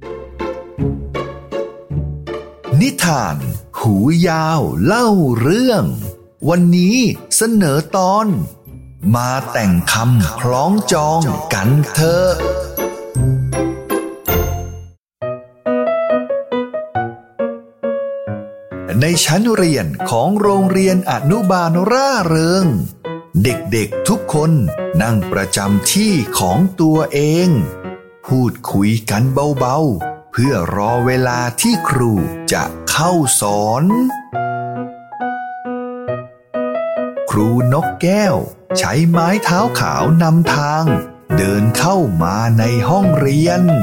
นิทานหูยาวเล่าเรื่องวันนี้เสนอตอนมาแต่งคำคล้องจองกันเถอะในชั้นเรียนของโรงเรียนอนุบาลร่าเริงเด็กๆทุกคนนั่งประจำที่ของตัวเองพูดคุยกันเบาๆเพื่อรอเวลาที่ครูจะเข้าสอนครูนกแก้วใช้ไม้เท้าขาวนำทางเดินเข้ามาในห้องเรียน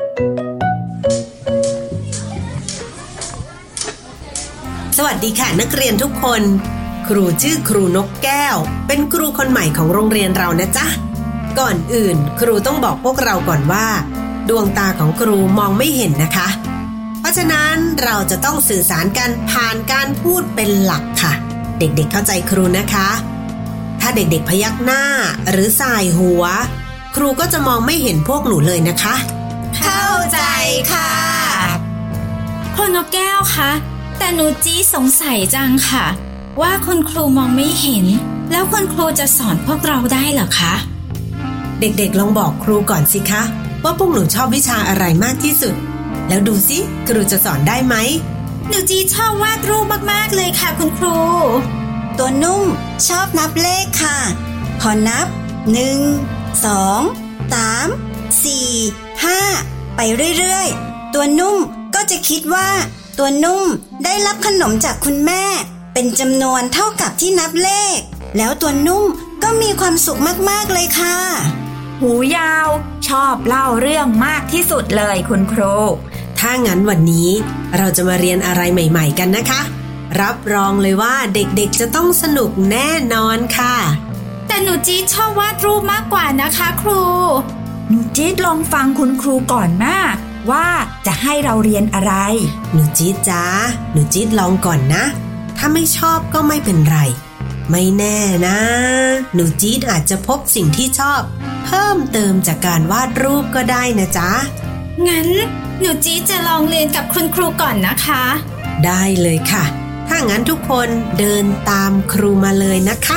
สวัสดีค่ะนักเรียนทุกคนครูชื่อครูนกแก้วเป็นครูคนใหม่ของโรงเรียนเรานะจ๊ะก่อนอื่นครูต้องบอกพวกเราก่อนว่าดวงตาของครูมองไม่เห็นนะคะเพราะฉะนั้นเราจะต้องสื่อสารกันผ่านการพูดเป็นหลักค่ะเด็กๆเข้าใจครูนะคะถ้าเด็กๆพยักหน้าหรือส่ายหัวครูก็จะมองไม่เห็นพวกหนูเลยนะคะเข้าใจค่ะครูนกแก้วคะแต่หนูจี้สงสัยจังค่ะว่าคุณครูมองไม่เห็นแล้วคุณครูจะสอนพวกเราได้เหรอคะเด็กๆลองบอกครูก่อนสิคะว่าพวกหนูชอบวิชาอะไรมากที่สุดแล้วดูสิครูจะสอนได้ไหมหนูจี้ชอบวาดรูปมากๆเลยค่ะคุณครูตัวนุ่มชอบนับเลขค่ะพอนับ1 2 3 4 5ไปเรื่อยๆตัวนุ่มก็จะคิดว่าตัวนุ่มได้รับขนมจากคุณแม่เป็นจำนวนเท่ากับที่นับเลขแล้วตัวนุ่มก็มีความสุขมากๆเลยค่ะหูยาวชอบเล่าเรื่องมากที่สุดเลยคุณครูถ้างั้นวันนี้เราจะมาเรียนอะไรใหม่ๆกันนะคะรับรองเลยว่าเด็กๆจะต้องสนุกแน่นอนค่ะแต่หนูจี๊ดชอบวาดรูปมากกว่านะคะครูหนูจี๊ดลองฟังคุณครูก่อนนะว่าจะให้เราเรียนอะไรหนูจี๊ดจ้าหนูจี๊ดลองก่อนนะถ้าไม่ชอบก็ไม่เป็นไรไม่แน่นะหนูจี๊ดอาจจะพบสิ่งที่ชอบเพิ่มเติมจากการวาดรูปก็ได้นะจ๊ะงั้นหนูจี๊ดจะลองเรียนกับคุณครูก่อนนะคะได้เลยค่ะถ้างั้นทุกคนเดินตามครูมาเลยนะคะ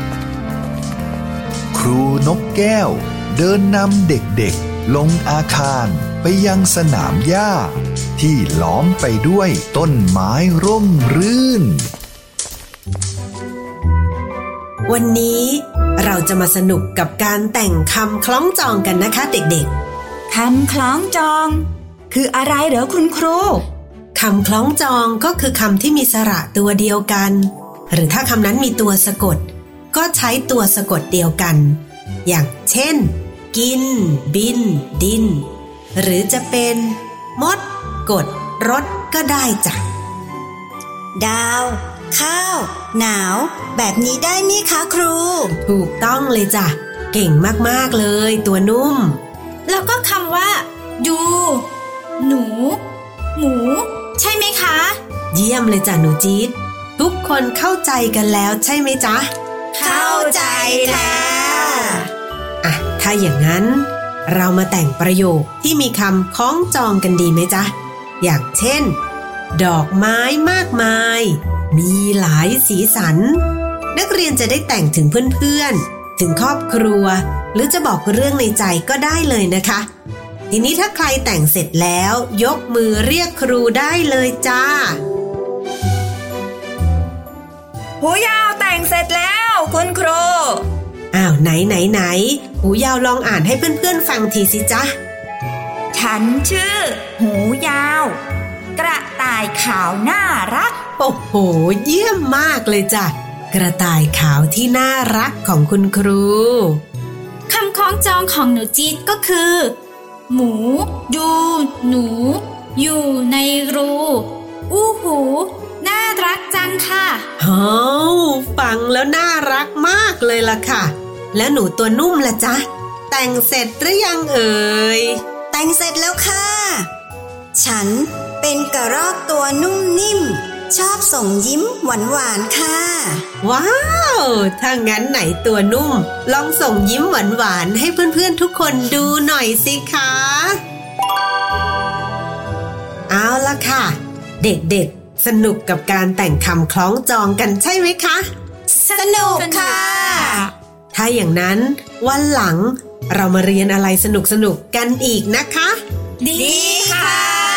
ครูนกแก้วเดินนำเด็กๆลงอาคารไปยังสนามหญ้าที่ล้อมไปด้วยต้นไม้ร่มรื่นวันนี้เราจะมาสนุกกับการแต่งคำคล้องจองกันนะคะเด็กๆคำคล้องจองคืออะไรเหรอคุณครูคำคล้องจองก็คือคำที่มีสระตัวเดียวกันหรือถ้าคำนั้นมีตัวสะกดก็ใช้ตัวสะกดเดียวกันอย่างเช่นกินบินดินหรือจะเป็นมดกดรถก็ได้จ้ะดาวข้าวหนาวแบบนี้ได้ไหมคะครูถูกต้องเลยจ้ะเก่งมากๆเลยตัวนุ่มแล้วก็คำว่าดูหนูหมูใช่ไหมคะเยี่ยมเลยจ้ะหนูจี๊ดทุกคนเข้าใจกันแล้วใช่ไหมจ๊ะเข้าใจแล้วอ่ะถ้าอย่างนั้นเรามาแต่งประโยคที่มีคำคล้องจองกันดีไหมจ๊ะอย่างเช่นดอกไม้มากมายมีหลายสีสันนักเรียนจะได้แต่งถึงเพื่อนๆถึงครอบครัวหรือจะบอกเรื่องในใจก็ได้เลยนะคะทีนี้ถ้าใครแต่งเสร็จแล้วยกมือเรียกครูได้เลยจ้าหูยาวแต่งเสร็จแล้วคุณครูอ้าวไหนหูยาวลองอ่านให้เพื่อนๆฟังทีสิจ๊ะฉันชื่อหูยาวกระต่ายขาวน่ารักโอ้โหเยี่ยมมากเลยจ้ะกระต่ายขาวที่น่ารักของคุณครูคำคล้องจองของหนูจี๊ดก็คือหมูดูหนูอยู่ในรูอู้หูน่ารักจังค่ะฟังแล้วน่ารักมากเลยล่ะค่ะแล้วหนูตัวนุ่มล่ะจ๊ะแต่งเสร็จหรือยังเอ่ยแต่งเสร็จแล้วค่ะฉันเป็นกระรอกตัวนุ่มนิ่มชอบส่งยิ้มหวานๆค่ะว้าวถ้างั้นไหนตัวนุ่มลองส่งยิ้มหวานๆให้เพื่อนๆทุกคนดูหน่อยสิคะค่ะเด็กๆสนุกกับการแต่งคำคล้องจองกันใช่ไหมคะสนุกค่ะถ้าอย่างนั้นวันหลังเรามาเรียนอะไรสนุกๆกันอีกนะคะดีค่ะ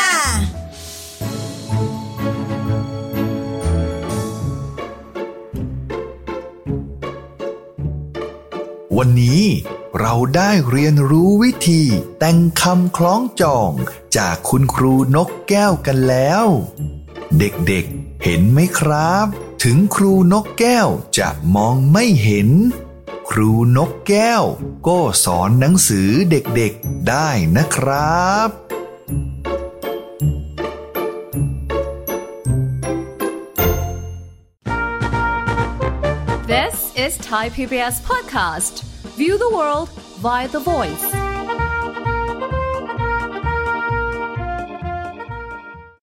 วันนี้เราได้เรียนรู้วิธีแต่งคำคล้องจองจากคุณครูนกแก้วกันแล้วเด็กๆเห็นไหมครับถึงครูนกแก้วจะมองไม่เห็นครูนกแก้วก็สอนหนังสือเด็กๆได้นะครับ This is Thai PBS podcast. View the world via the voice.